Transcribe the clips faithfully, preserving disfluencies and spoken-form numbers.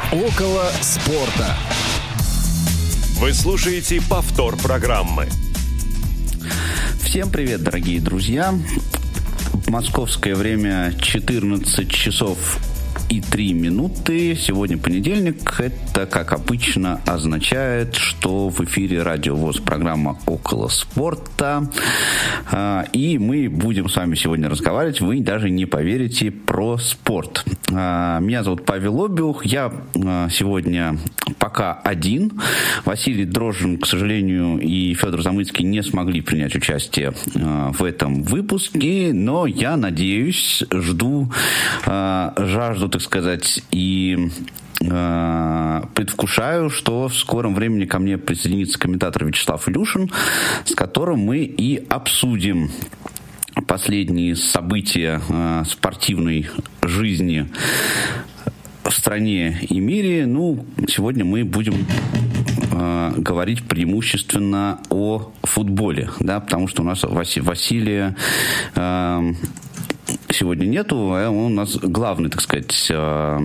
Около спорта. Вы слушаете повтор программы. Всем привет, дорогие друзья. Московское время четырнадцать часов и три минуты. Сегодня понедельник. Это, как обычно, означает, что в эфире Радио ВОС программа «Около спорта». И мы будем с вами сегодня разговаривать, вы даже не поверите, про спорт. Меня зовут Павел Обиух. Я сегодня пока один. Василий Дрожжин, к сожалению, и Федор Замыцкий не смогли принять участие в этом выпуске, но я надеюсь, жду, жажду, так сказать, и предвкушаю, что в скором времени ко мне присоединится комментатор Вячеслав Илюшин, с которым мы и обсудим последние события спортивной жизни в стране и мире. Ну, сегодня мы будем э, говорить преимущественно о футболе, да, потому что у нас Васи, Василия э, сегодня нету, а он у нас главный, так сказать, э,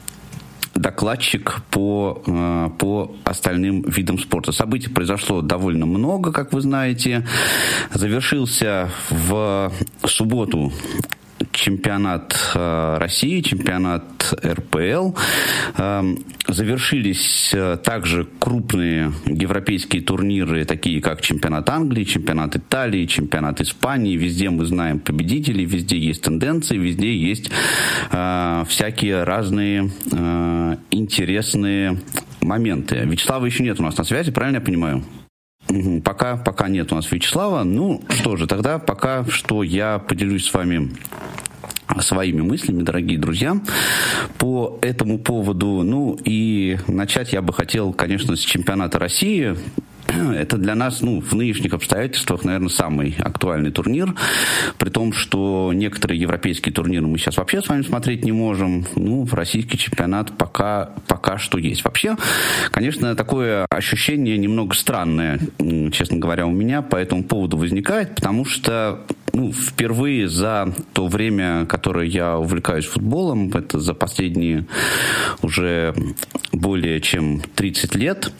докладчик по, э, по остальным видам спорта. Событий произошло довольно много, как вы знаете. Завершился в субботу чемпионат э, России, чемпионат эр пэ эл. Э, завершились э, также крупные европейские турниры, такие как чемпионат Англии, чемпионат Италии, чемпионат Испании. Везде мы знаем победителей, везде есть тенденции, везде есть э, всякие разные э, интересные моменты. Вячеслава еще нет у нас на связи, правильно я понимаю? Пока, пока нет у нас Вячеслава. Ну, что же, тогда пока что я поделюсь с вами своими мыслями, дорогие друзья, по этому поводу. Ну, и начать я бы хотел, конечно, с чемпионата России. Это для нас, ну, в нынешних обстоятельствах, наверное, самый актуальный турнир, при том, что некоторые европейские турниры мы сейчас вообще с вами смотреть не можем. Ну, российский чемпионат пока, пока что есть. Вообще, конечно, такое ощущение немного странное, честно говоря, у меня по этому поводу возникает, потому что, ну, впервые за то время, которое я увлекаюсь футболом, это за последние уже более чем тридцать лет,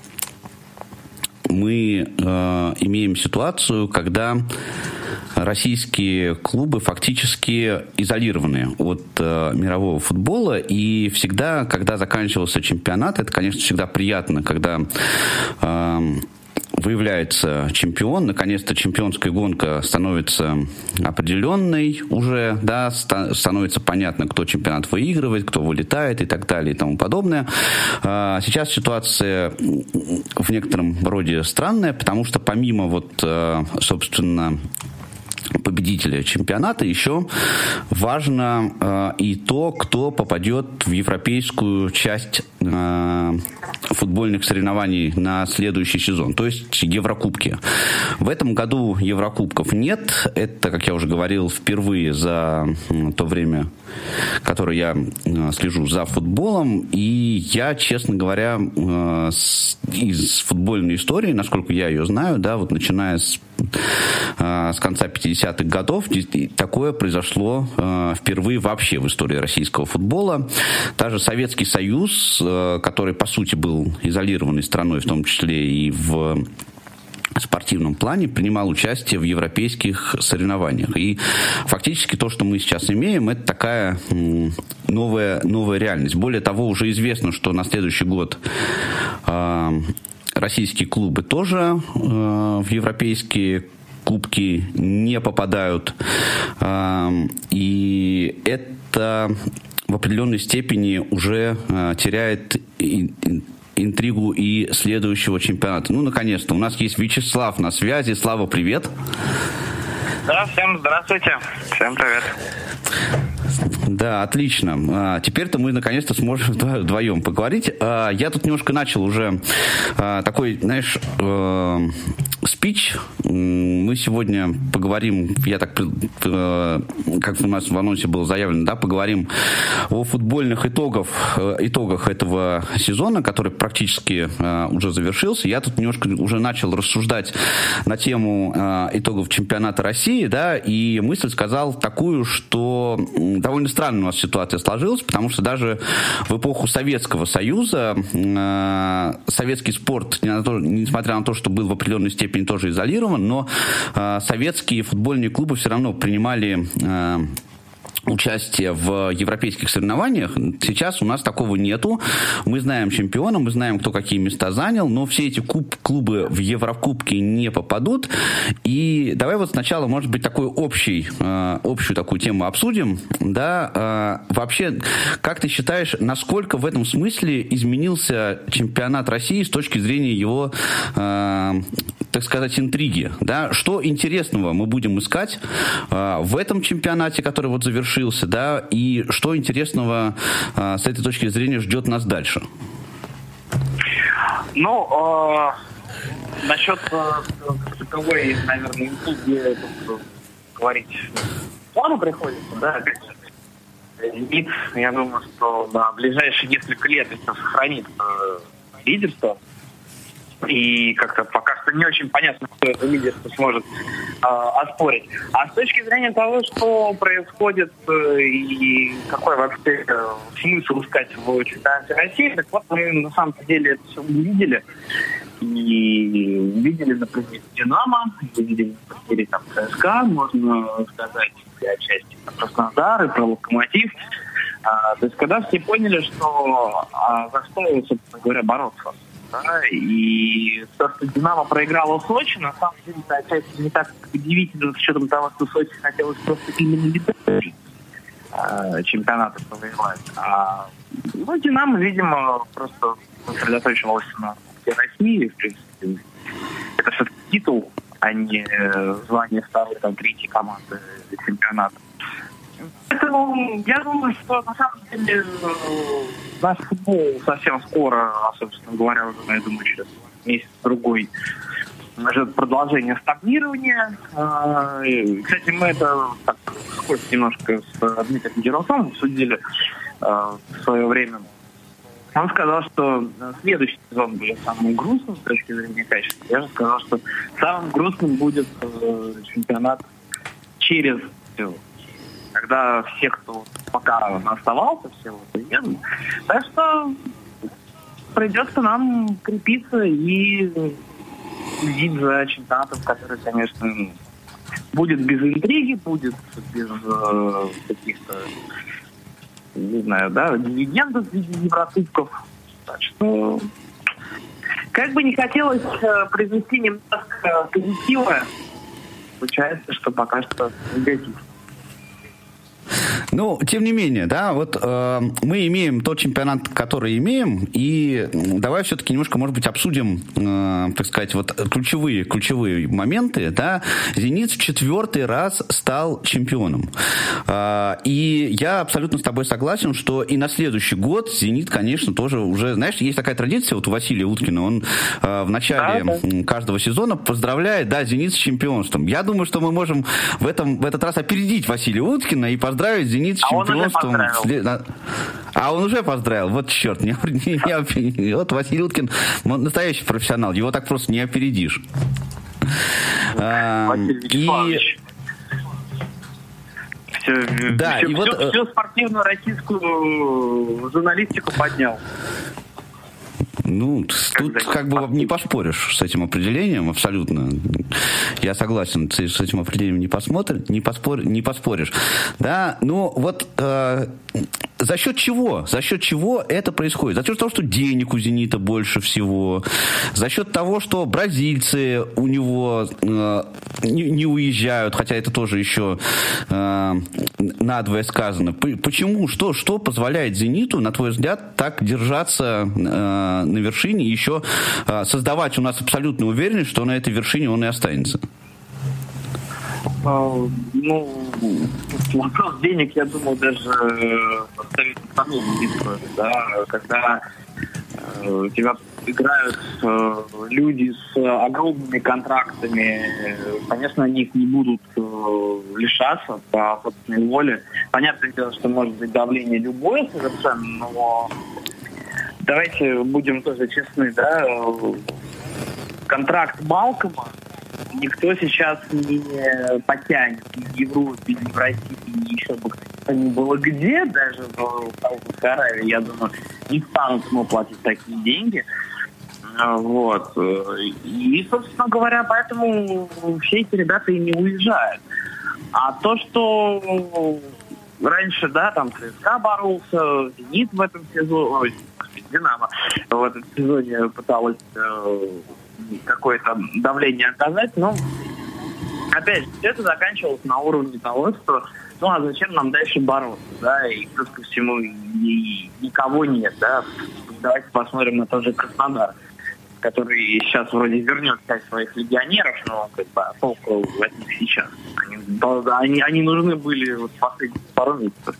мы э, имеем ситуацию, когда российские клубы фактически изолированы от э, мирового футбола, и всегда, когда заканчивался чемпионат, это, конечно, всегда приятно, когда э, выявляется чемпион, наконец-то чемпионская гонка становится определенной уже, да, ста- становится понятно, кто чемпионат выигрывает, кто вылетает и так далее и тому подобное. А сейчас ситуация в некотором роде странная, потому что помимо вот, собственно, победителя чемпионата, еще важно э, и то, кто попадет в европейскую часть э, футбольных соревнований на следующий сезон, то есть Еврокубки. В этом году Еврокубков нет. Это, как я уже говорил, впервые за э, то время, которое я э, слежу за футболом. И я, честно говоря, э, с, из футбольной истории, насколько я ее знаю, да, вот начиная с, э, с конца пятидесятых годов, такое произошло э, впервые вообще в истории российского футбола. Даже Советский Союз, э, который, по сути, был изолированной страной, в том числе и в спортивном плане, принимал участие в европейских соревнованиях. И фактически то, что мы сейчас имеем, это такая м, новая, новая реальность. Более того, уже известно, что на следующий год э, российские клубы тоже э, в европейские кубки не попадают. И это в определенной степени уже теряет интригу и следующего чемпионата. Ну, наконец-то. У нас есть Вячеслав на связи. Слава, привет. Да, всем здравствуйте. Всем привет. Да, отлично. А, теперь-то мы наконец-то сможем вдвоем поговорить. А, я тут немножко начал уже а, такой, знаешь, э, спич. Мы сегодня поговорим, я так, как у нас в анонсе было заявлено, да, поговорим о футбольных итогах, итогах этого сезона, который практически уже завершился. Я тут немножко уже начал рассуждать на тему итогов чемпионата России, да, и мысль сказал такую, что довольно странная у нас ситуация сложилась, потому что даже в эпоху Советского Союза советский спорт, несмотря на то, что был в определенной степени тоже изолирован, но советские футбольные клубы все равно принимали участие в европейских соревнованиях. Сейчас у нас такого нету. Мы знаем чемпиона, мы знаем, кто какие места занял, но все эти куб- клубы в Еврокубки не попадут. И давай вот сначала, может быть, такой общий, э, общую такую тему обсудим. Да, э, вообще, как ты считаешь, насколько в этом смысле изменился чемпионат России с точки зрения его, э, так сказать, интриги? Да? Что интересного мы будем искать э, в этом чемпионате, который вот завершился, да, и что интересного э, с этой точки зрения ждет нас дальше? Ну, э, насчет э, таковой, наверное, интриги говорить плану приходится, да, опять же. И я думаю, что на ближайшие несколько лет это сохранит э, лидерство. И как-то пока что не очень понятно, кто это лидерство сможет э, оспорить. А с точки зрения того, что происходит э, и какой вообще э, смысл искать в чемпионате России, так вот мы на самом деле это все увидели. И видели, например, «Динамо», видели, например, там, ЦСКА, можно сказать, и отчасти про Краснодар, и про «Локомотив». А, то есть когда все поняли, что а, за что, собственно говоря, бороться. Да, и то, что «Динамо» проиграла в Сочи, на самом деле, это отчасти не так удивительно, с учетом того, что Сочи хотелось просто именно лидером э, чемпионата завоевать. А ну, «Динамо», видимо, просто сосредоточилось на Кубке России. В принципе, это все-таки титул, а не звание второй, там, третьей команды чемпионата. Поэтому я думаю, что на самом деле наш футбол совсем скоро, а, собственно говоря, уже, я думаю, через месяц-другой ждет продолжение стагнирования. Кстати, мы это так вскользь немножко с Дмитрием Герасимовым обсудили в свое время. Он сказал, что следующий сезон будет самым грустным с точки зрения качества. Я же сказал, что самым грустным будет чемпионат через все. Когда все, кто пока оставался, все вот уедут. Так что придется нам крепиться и следить за чемпионатом, который, конечно, будет без интриги, будет без э, каких-то, не знаю, да, дивидендов в виде еврокубков. Так что, как бы не хотелось э, произвести немножко позитива, получается, что пока что негатив. Ну, тем не менее, да, вот э, мы имеем тот чемпионат, который имеем, и давай все-таки немножко, может быть, обсудим, э, так сказать, вот ключевые, ключевые моменты, да. «Зенит» в четвертый раз стал чемпионом. Э, и я абсолютно с тобой согласен, что и на следующий год «Зенит», конечно, тоже уже, знаешь, есть такая традиция вот у Василия Уткина, он э, в начале да, да. каждого сезона поздравляет, да, «Зенит» с чемпионством. Я думаю, что мы можем в, этом, в этот раз опередить Василия Уткина и поздравить «Зенит» с чемпионством. А, а он уже поздравил. Вот черт. Не, не, не, вот Василий Уткин настоящий профессионал. Его так просто не опередишь. Василий Вячеславович. Все, да, все, и все, вот... всю спортивную российскую журналистику поднял. Ну, тут как бы не поспоришь с этим определением, абсолютно. Я согласен, с этим определением не посмотришь, не, поспор, не поспоришь. Да, ну вот э, за счет чего? За счет чего это происходит? За счет того, что денег у «Зенита» больше всего, за счет того, что бразильцы у него э, не, не уезжают, хотя это тоже еще э, надвое сказано. Почему? Что, что позволяет «Зениту», на твой взгляд, так держаться э, на вершине и еще э, создавать у нас абсолютную уверенность, что на этой вершине он и останется? Ну, вопрос денег, я думаю, даже поставить самому битву, да, когда У тебя играют э, люди с огромными контрактами. Конечно, они их не будут э, лишаться по собственной воле. Понятное дело, что может быть давление любое совершенно, но давайте будем тоже честны, да, контракт Малкома никто сейчас не потянет ни в Европе, ни в России, ни еще бы кто-то ни было где, даже в Саудовской Аравии, я думаю, не станут ему платить такие деньги. Вот. И, собственно говоря, поэтому все эти ребята и не уезжают. А то, что раньше, да, там ЦСКА боролся, Зенит в этом сезоне, Динамо в этом сезоне пыталась э, какое-то давление оказать, но опять же, это заканчивалось на уровне того, что ну а зачем нам дальше бороться, да, и плюс ко всему и, и, никого нет, да. Давайте посмотрим на тот же Краснодар, который сейчас вроде вернет часть своих легионеров, но как бы а толку от них сейчас. Они, они, они нужны были вот последние пару месяцев.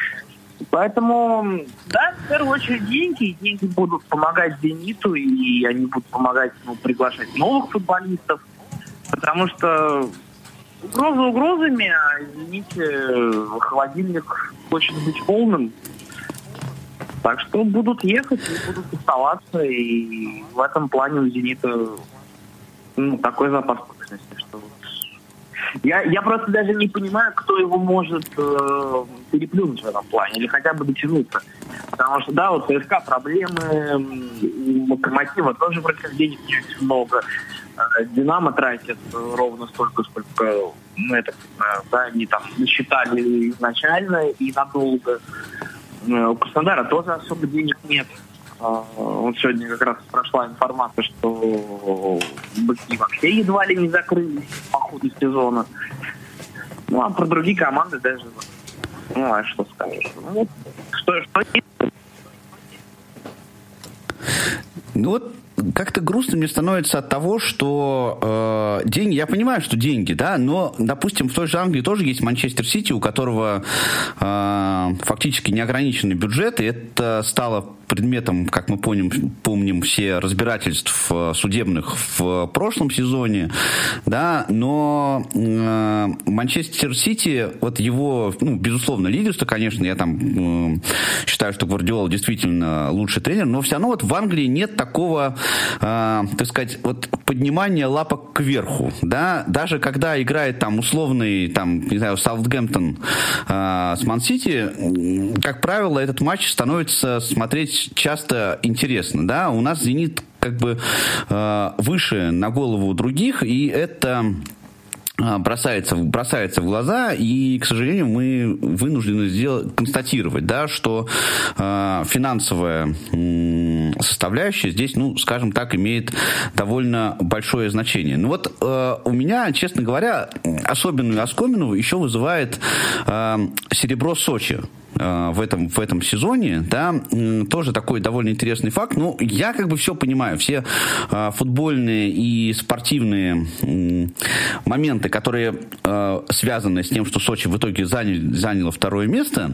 Поэтому, да, в первую очередь деньги, и деньги будут помогать «Зениту», и они будут помогать ну, приглашать новых футболистов, потому что угрозы угрозами, а, извините, холодильник хочет быть полным. Так что будут ехать и будут оставаться, и в этом плане у «Зенита» ну, такой запас прочности, что Я, я просто даже не понимаю, кто его может э, переплюнуть в этом плане или хотя бы дотянуться. Потому что, да, у ЦСКА проблемы, у Локомотива тоже против денег не очень много. Динамо тратит ровно столько, сколько, ну, это, да, они там насчитали изначально и надолго. У Краснодара тоже особо денег нет. Вот сегодня как раз прошла информация, что быки вообще едва ли не закрылись по ходу сезона. Ну, а про другие команды даже... Ну, а что скажешь? Ну, что, что есть? Ну, вот как-то грустно мне становится от того, что э, деньги, я понимаю, что деньги, да, но, допустим, в той же Англии тоже есть Манчестер Сити, у которого э, фактически неограниченный бюджет, и это стало предметом, как мы помним, помним все разбирательств судебных в прошлом сезоне, да, но э, Манчестер Сити, вот его, ну, безусловно, лидерство, конечно, я там э, считаю, что Гвардиола действительно лучший тренер, но все равно вот в Англии нет такого, э, так сказать, вот поднимания лапок кверху, да, даже когда играет там условный, там, не знаю, Саутгемптон э, с Ман-Сити, как правило, этот матч становится смотреть часто интересно, да, у нас «Зенит» как бы э, выше на голову других, и это бросается, бросается в глаза, и, к сожалению, мы вынуждены сделать, констатировать, да, что э, финансовая э, составляющая здесь, ну, скажем так, имеет довольно большое значение. Ну вот э, у меня, честно говоря, особенную оскомину еще вызывает э, серебро Сочи в этом, в этом сезоне, да, тоже такой довольно интересный факт. Ну, я как бы все понимаю, все э, футбольные и спортивные э, моменты, которые э, связаны с тем, что Сочи в итоге занял, заняло второе место,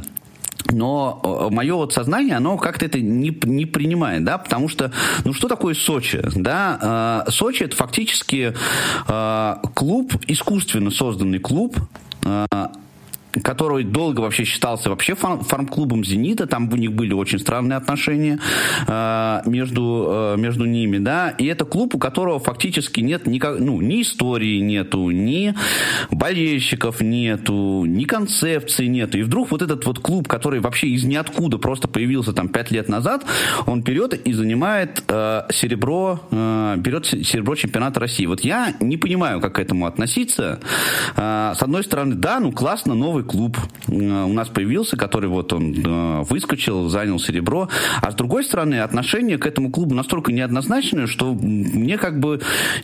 но мое вот сознание, оно как-то это не, не принимает, да, потому что, ну, что такое Сочи, да, э, Сочи — это фактически э, клуб, искусственно созданный клуб, э, который долго вообще считался вообще фарм-клубом «Зенита», там у них были очень странные отношения э, между, э, между ними, да, и это клуб, у которого фактически нет никак, ну, ни истории нету, ни болельщиков нету, ни концепции нету, и вдруг вот этот вот клуб, который вообще из ниоткуда просто появился там пять лет назад, он берет и занимает э, серебро, э, берет серебро чемпионата России. Вот я не понимаю, как к этому относиться. Э, с одной стороны, да, ну классно, новый клуб у нас появился, который вот он э, выскочил, занял серебро. А с другой стороны, отношение к этому клубу настолько неоднозначное, что мне как бы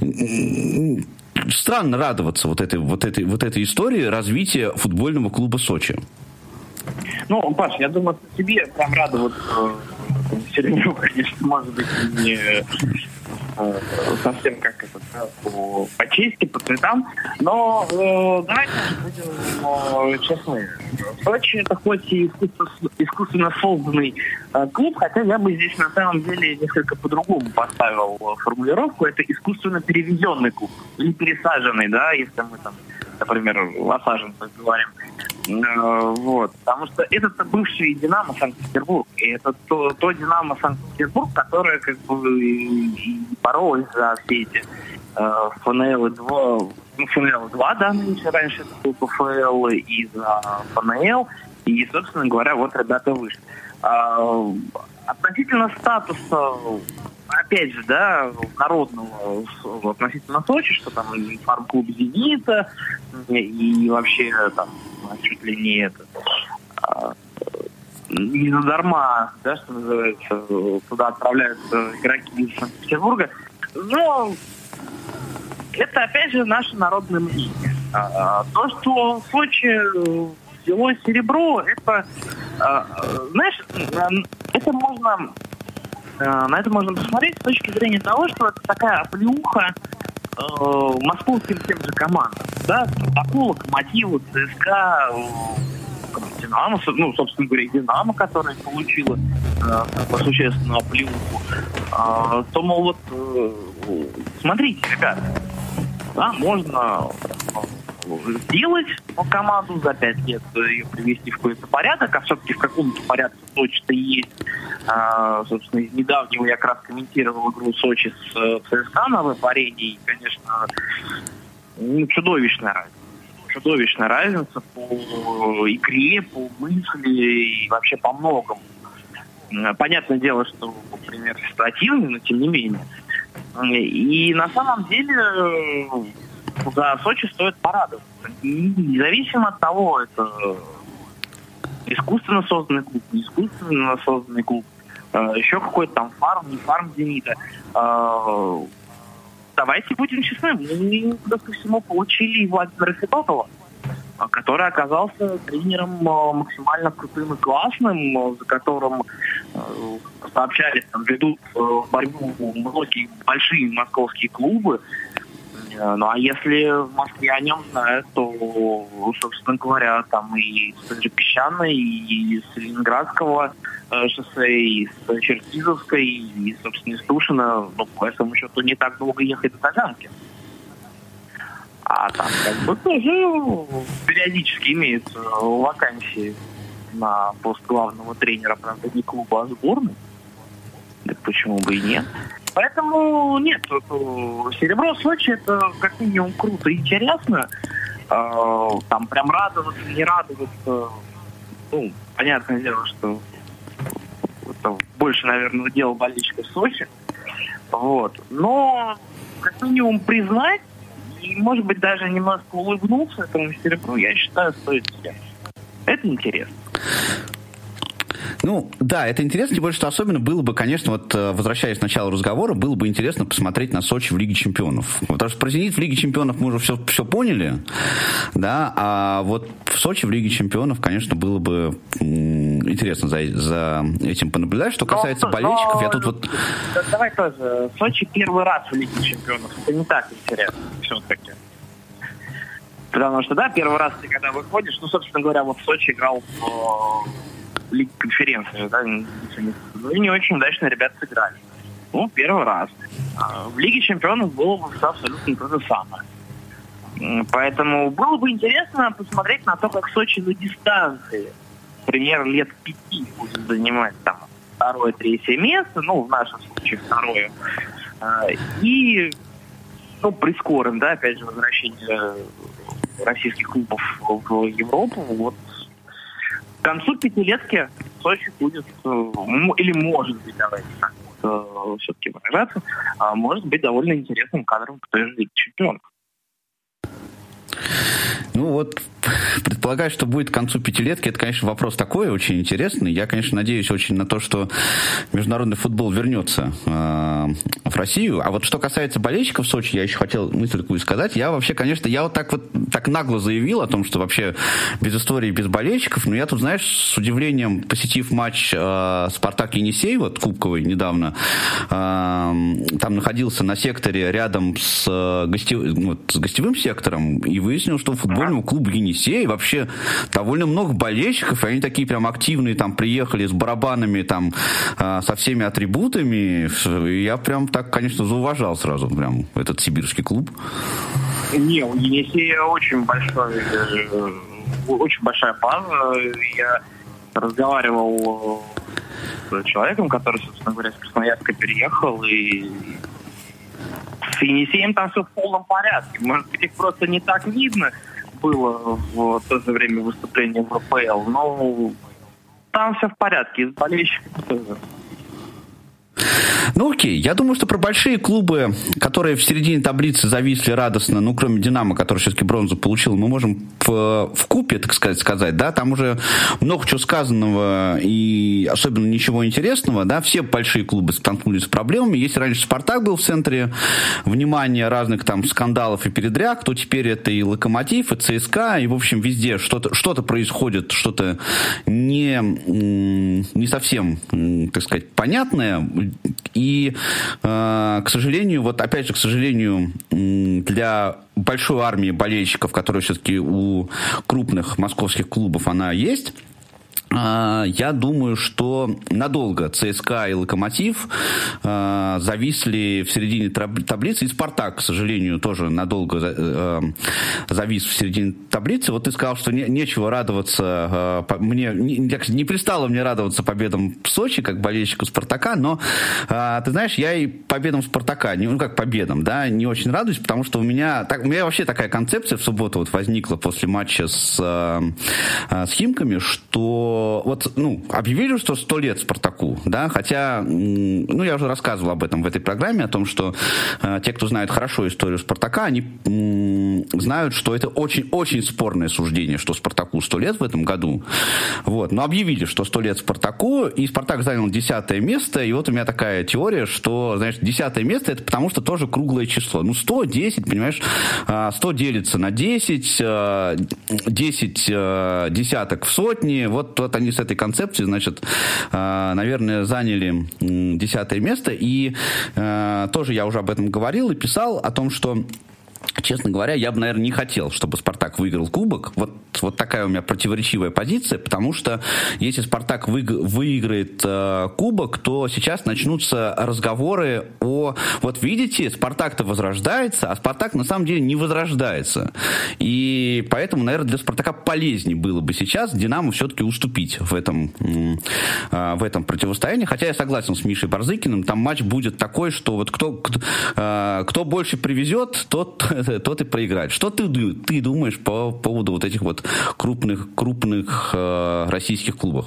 странно радоваться вот этой, вот этой, вот этой истории развития футбольного клуба Сочи. Ну, Паш, я думаю, тебе прям радоваться населению, конечно, может быть, не э, совсем как это, да, по, по чести, по цветам, но э, давайте будем э, честны. Сочи это хоть и искусственно, искусственно созданный э, клуб, хотя я бы здесь на самом деле несколько по-другому поставил формулировку. Это искусственно перевезенный клуб, или пересаженный, да, если мы там, например, осаженцев говорим. Э, вот. Потому что это бывший «Динамо» Санкт-Петербург. И это то, то «Динамо» Санкт-Петербург, которое как бы и боролось за все эти э, эф эн эл два, ну, эф эн эл два, да, раньше это был пэ эф эл, и за эф эн эл. И, собственно говоря, вот ребята вышли. А, относительно статуса, опять же, да, народного относительно Сочи, что там и фарм-клуб «Зенита», и вообще там чуть ли не это а, не задарма, да, что называется, туда отправляются игроки из Санкт-Петербурга. Но это, опять же, наше народное мнение. А, то, что в Сочи взяло серебро, это, а, знаешь, это можно... На это можно посмотреть с точки зрения того, что это такая оплеуха э, московским тем же командам. Да? Спартаку, Локомотиву, ЦСКА, э, Динамо, ну, собственно говоря, Динамо, которая получила э, существенную оплеуху. Э, то, мол, вот, э, смотрите, ребята, да, можно сделать команду за пять лет, ее привести в какой-то порядок, а все-таки в каком-то порядке Сочи-то есть. А, собственно, из недавнего я как раз комментировал игру Сочи с ЦСКА на варенье, и, конечно, ну, чудовищная разница. Чудовищная разница по игре, по мысли и вообще по многому. Понятное дело, что, например, ситуативный, но тем не менее. И на самом деле за Сочи стоит порадоваться. Независимо от того, это искусственно созданный клуб, не искусственно созданный клуб, еще какой-то там фарм, не фарм «Зенита». Давайте будем честны, мы, плюс ко всему, получили Владимира Федотова, который оказался тренером максимально крутым и классным, за которым сообщались, там, ведут борьбу многие большие московские клубы. Ну, а если в Москве о нем знают, то, собственно говоря, там и с Песчаной, и с Ленинградского э, шоссе, и с Черкизовской, и, собственно, из Тушина, ну, по этому счету, не так долго ехать до Таганки. А там, как бы, тоже периодически имеются вакансии на пост главного тренера, правда, не клуба, а сборной. Так почему бы и нет? Поэтому нет, серебро Сочи это как минимум круто и интересно. Там прям радоваться, не радоваться. Ну, понятное дело, что это больше, наверное, дело болельщиков Сочи. Вот. Но как минимум признать и, может быть, даже немножко улыбнуться этому серебру, я считаю, стоит себя. Это интересно. Ну, да, это интересно, тем более, что особенно было бы, конечно, вот возвращаясь к началу разговора, было бы интересно посмотреть на Сочи в Лиге Чемпионов. Потому что про «Зенит» в Лиге Чемпионов мы уже все, все поняли, да, а вот в Сочи в Лиге Чемпионов, конечно, было бы м- интересно за, за этим понаблюдать. Что касается но, болельщиков, но, я тут вот... Давай тоже, Сочи первый раз в Лиге Чемпионов, это не так интересно все-таки. Потому что, да, первый раз ты когда выходишь, ну, собственно говоря, вот Сочи играл в... Лиги конференции, да, ну и не очень удачно ребята сыграли. Ну, первый раз. А в Лиге чемпионов было бы все абсолютно то же самое. Поэтому было бы интересно посмотреть на то, как Сочи на дистанции, например, лет пяти будет занимать там второе, третье место, ну, в нашем случае второе. И, ну, прискорим, да, опять же, возвращение российских клубов в Европу, вот. К концу пятилетки Сочи будет, или может быть, давайте так вот, все-таки выражаться, может быть довольно интересным кадром в той же Лиге Чемпионов. Ну вот, предполагаю, что будет к концу пятилетки. Это, конечно, вопрос такой, очень интересный. Я, конечно, надеюсь очень на то, что международный футбол вернется э, в Россию. А вот что касается болельщиков в Сочи, я еще хотел мысль такую сказать. Я вообще, конечно, я вот так вот так нагло заявил о том, что вообще без истории, без болельщиков. Но я тут, знаешь, с удивлением, посетив матч э, «Спартак-Енисей», вот кубковый недавно, э, там находился на секторе рядом с, э, гости... вот, с гостевым сектором и выяснил, что футбольного клуба «Енисей» вообще довольно много болельщиков, и они такие прям активные, там, приехали с барабанами, там, э, со всеми атрибутами. И я прям так, конечно, зауважал сразу прям этот сибирский клуб. Не, у «Енисея» очень большой, очень большая база. Я разговаривал с человеком, который, собственно говоря, с Красноярска переехал, и с «Енисеем» там все в полном порядке. Может быть, их просто не так видно было в то же время выступления в РПЛ, но там все в порядке, из болельщиков тоже. Ну окей, я думаю, что про большие клубы, которые в середине таблицы зависли радостно, ну кроме «Динамо», который все-таки бронзу получил, мы можем в, в купе, так сказать, сказать, да, там уже много чего сказанного и особенно ничего интересного, да, все большие клубы столкнулись с проблемами. Если раньше «Спартак» был в центре внимания разных там скандалов и передряг, то теперь это и «Локомотив», и ЦСКА, и в общем везде что-то, что-то происходит, что-то не, не совсем, так сказать, понятное. И, э, к сожалению, вот опять же, к сожалению, для большой армии болельщиков, которые все-таки у крупных московских клубов она есть, я думаю, что надолго ЦСКА и «Локомотив» э, зависли в середине таблицы, и «Спартак», к сожалению, тоже надолго э, завис в середине таблицы. Вот ты сказал, что не, нечего радоваться, э, мне не, не пристало мне радоваться победам в Сочи, как болельщику «Спартака», но, э, ты знаешь, я и победам «Спартака», не, ну как победам, да, не очень радуюсь, потому что у меня, так, у меня вообще такая концепция в субботу вот возникла после матча с, э, с «Химками», что вот, ну, объявили, что сто лет «Спартаку», да, хотя, ну, я уже рассказывал об этом в этой программе, о том, что э, те, кто знает хорошо историю «Спартака», они м- знают, что это очень-очень спорное суждение, что «Спартаку» сто лет в этом году, вот, но объявили, что сто лет «Спартаку», и «Спартак» занял десятое место, и вот у меня такая теория, что, знаешь, десятое место, это потому что тоже круглое число, ну, сто, десять, понимаешь, сто делится на десять, десять десяток в сотни, вот Вот они с этой концепцией, значит, наверное, заняли десятое место. И тоже я уже об этом говорил и писал, о том, что, честно говоря, я бы, наверное, не хотел, чтобы «Спартак» выиграл кубок. Вот, вот такая у меня противоречивая позиция, потому что если «Спартак» вы, выиграет э, кубок, то сейчас начнутся разговоры о... Вот видите, «Спартак»-то возрождается, а «Спартак» на самом деле не возрождается. И поэтому, наверное, для «Спартака» полезнее было бы сейчас «Динамо» все-таки уступить в этом, э, в этом противостоянии. Хотя я согласен с Мишей Барзыкиным, там матч будет такой, что вот кто, кто, э, кто больше привезет, тот... тот и проиграет. Что ты, ты думаешь по поводу вот этих вот крупных, крупных э, российских клубов?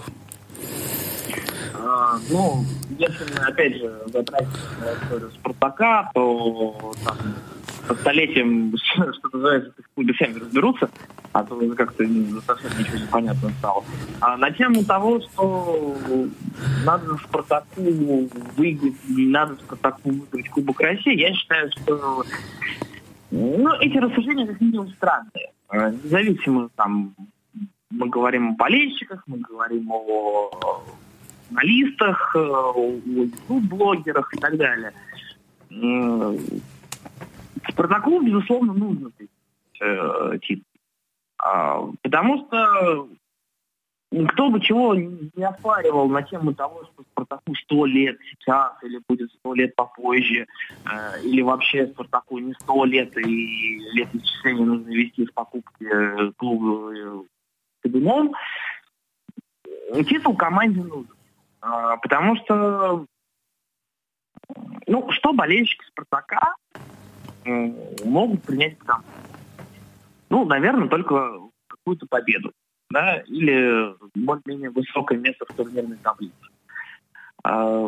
А, ну, если мы, опять же, затратим историю «Спартака», то там, со столетием, что называется, клубы сами разберутся, а то как-то совсем ничего не понятно стало. А на тему того, что надо «Спартаку» выиграть, не надо «Спартаку» выиграть Кубок России, я считаю, что ну, эти рассуждения как минимум странные. Независимо, там, мы говорим о болельщиках, мы говорим о журналистах, о блогерах и так далее. «Спартаку», безусловно, нужно титул. Потому что кто бы чего не оспаривал на тему того, что «Спартаку» сто лет сейчас, или будет сто лет попозже, э, или вообще «Спартаку» не сто лет, и летоисчисление нужно вести в покупке клуба кабином, титул команде нужен. Э, потому что, ну, что болельщики «Спартака» э, могут принять в конце? Ну, наверное, только какую-то победу. Да, или более-менее высокое место в турнирной таблице. А,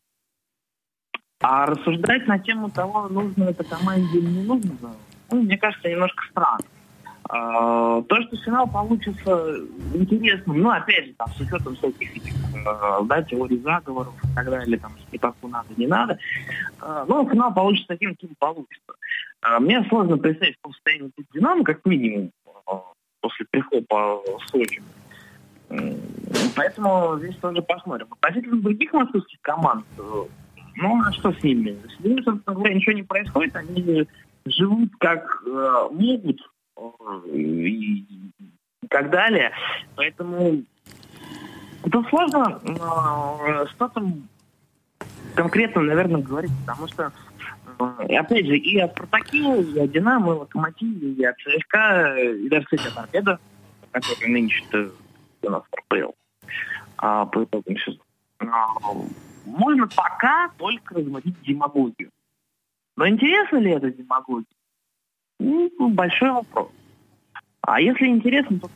а рассуждать на тему того, нужно это команде или не нужно, ну, мне кажется, немножко странно. То, что финал получится интересным, ну, опять же, там, с учетом всяких этих, да, теорий заговоров и так далее, там, Спартаку надо, не надо, ну, финал получится таким, каким получится. Мне сложно представить, что состояние тут Динамо, как минимум, после прихода в Сочи. Поэтому здесь тоже посмотрим. Относительно других московских команд, ну, а что с ними? С ними, собственно говоря, ничего не происходит, они живут как могут, и так далее. Поэтому это сложно э, что-то конкретно, наверное, говорить, потому что, э, опять же, и о «Спартаке», и о «Динамо», и о «Локомотиве», и о ЦСКА, и даже, кстати, о «Торпедо», который нынче у нас пропил а, по итогам сезона. А, можно пока только разводить демагогию. Но интересно ли это демагогия? Ну, большой вопрос. А если интересно, то...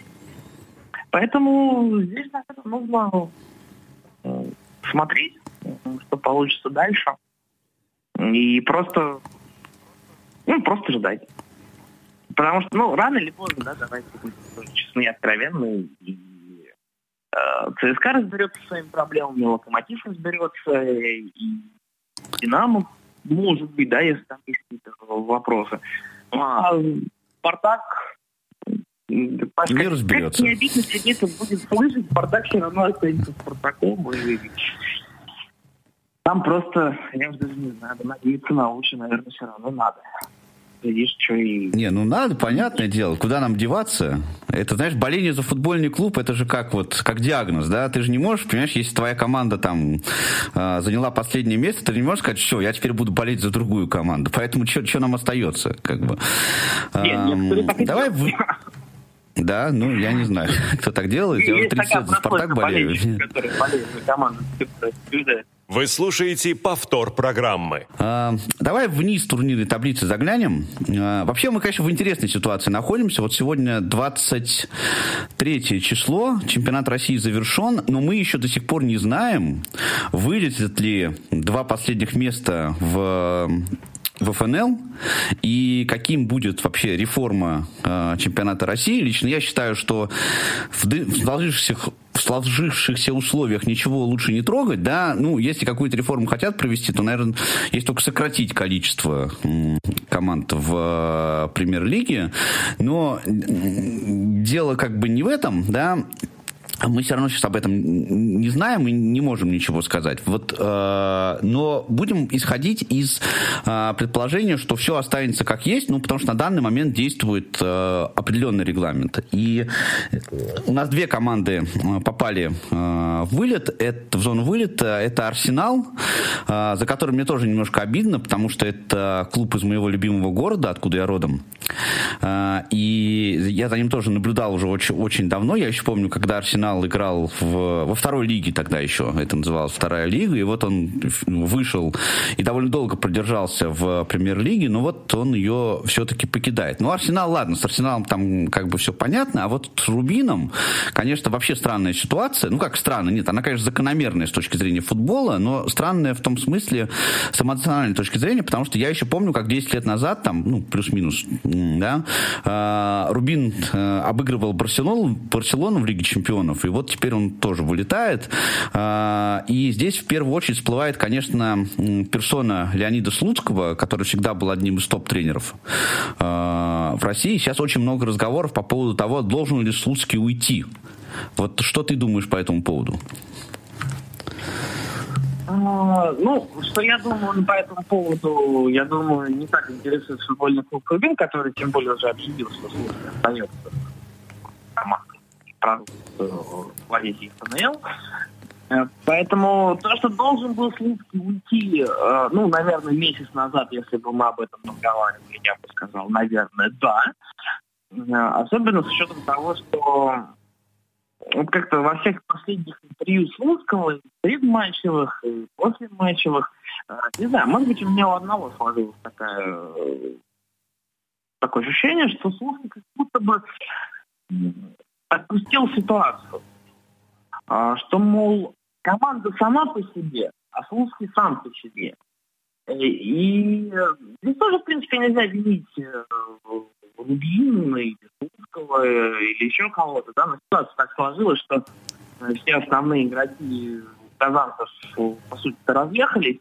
Поэтому здесь, наверное, нужно смотреть, что получится дальше. И просто... Ну, просто ждать. Потому что, ну, рано или поздно, да, давайте будем честны и откровенны. И э, ЦСКА разберется со своими проблемами, Локомотив разберется, и Динамо, может быть, да, если там есть какие-то вопросы. А Спартак... Не как, разберется. Как не обидно сидеться будет слышать, Спартак все равно останется Спартаком. И... Там просто, я уже даже не знаю, надеяться на лучшее, наверное, все равно надо. Видишь, что и... Не, ну надо, понятное дело. Куда нам деваться? Это, знаешь, боление за футбольный клуб, это же как вот, как диагноз, да? Ты же не можешь, понимаешь, если твоя команда там э, заняла последнее место, ты не можешь сказать, что я теперь буду болеть за другую команду. Поэтому что нам остается, как бы? Нет, э, давай вы... Да, ну, я не знаю, кто так делает. Я уже тридцать лет за «Спартак» болею. Вы слушаете повтор программы. А, давай вниз турнирной таблицы заглянем. А, вообще мы, конечно, в интересной ситуации находимся. Вот сегодня двадцать третье число, чемпионат России завершен, но мы еще до сих пор не знаем, вылетят ли два последних места в... в эф эн эл, и каким будет вообще реформа э, чемпионата России. Лично я считаю, что в, в, сложившихся, в сложившихся условиях ничего лучше не трогать, да, ну, если какую-то реформу хотят провести, то, наверное, есть только сократить количество м, команд в э, премьер-лиге, но дело как бы не в этом, да. Мы все равно сейчас об этом не знаем и не можем ничего сказать. Вот, э, но будем исходить из э, предположения, что все останется как есть, ну, потому что на данный момент действует э, определенный регламент. И у нас две команды попали э, в вылет, это, в зону вылета. Это «Арсенал», э, за который мне тоже немножко обидно, потому что это клуб из моего любимого города, откуда я родом. Э, и я за ним тоже наблюдал уже очень, очень давно. Я еще помню, когда «Арсенал» играл в, во второй лиге тогда еще, это называлось вторая лига, и вот он вышел и довольно долго продержался в премьер-лиге, но вот он ее все-таки покидает. Ну, Арсенал, ладно, с Арсеналом там как бы все понятно, а вот с Рубином, конечно, вообще странная ситуация. Ну, как странно, нет, она, конечно, закономерная с точки зрения футбола, но странная в том смысле с эмоциональной точки зрения, потому что я еще помню, как десять лет назад, там, ну, плюс-минус, да, Рубин обыгрывал Барселону, Барселону в Лиге чемпионов, и вот теперь он тоже вылетает. И здесь в первую очередь всплывает, конечно, персона Леонида Слуцкого, который всегда был одним из топ-тренеров в России. Сейчас очень много разговоров по поводу того, должен ли Слуцкий уйти. Вот что ты думаешь по этому поводу? А, ну, что я думаю по этому поводу, я думаю, не так интересует футбольный клуб «Рубин», который тем более уже объявил, что Слуцкий остается командой. Владеть эф эн эл. Поэтому то, что должен был Слуцкий уйти, ну, наверное, месяц назад, если бы мы об этом разговаривали, я бы сказал, наверное, да. Особенно с учетом того, что вот как-то во всех последних интервью Слуцкого, и предматчевых, и послематчевых, не знаю, может быть, у меня у одного сложилось такая, такое ощущение, что Слуцкий как будто бы отпустил ситуацию, что, мол, команда сама по себе, а Слуцкий сам по себе. И здесь тоже, в принципе, нельзя винить Рубина, или Слуцкого, или еще кого-то, да, но ситуация так сложилась, что все основные игроки казанцев, по сути, разъехались,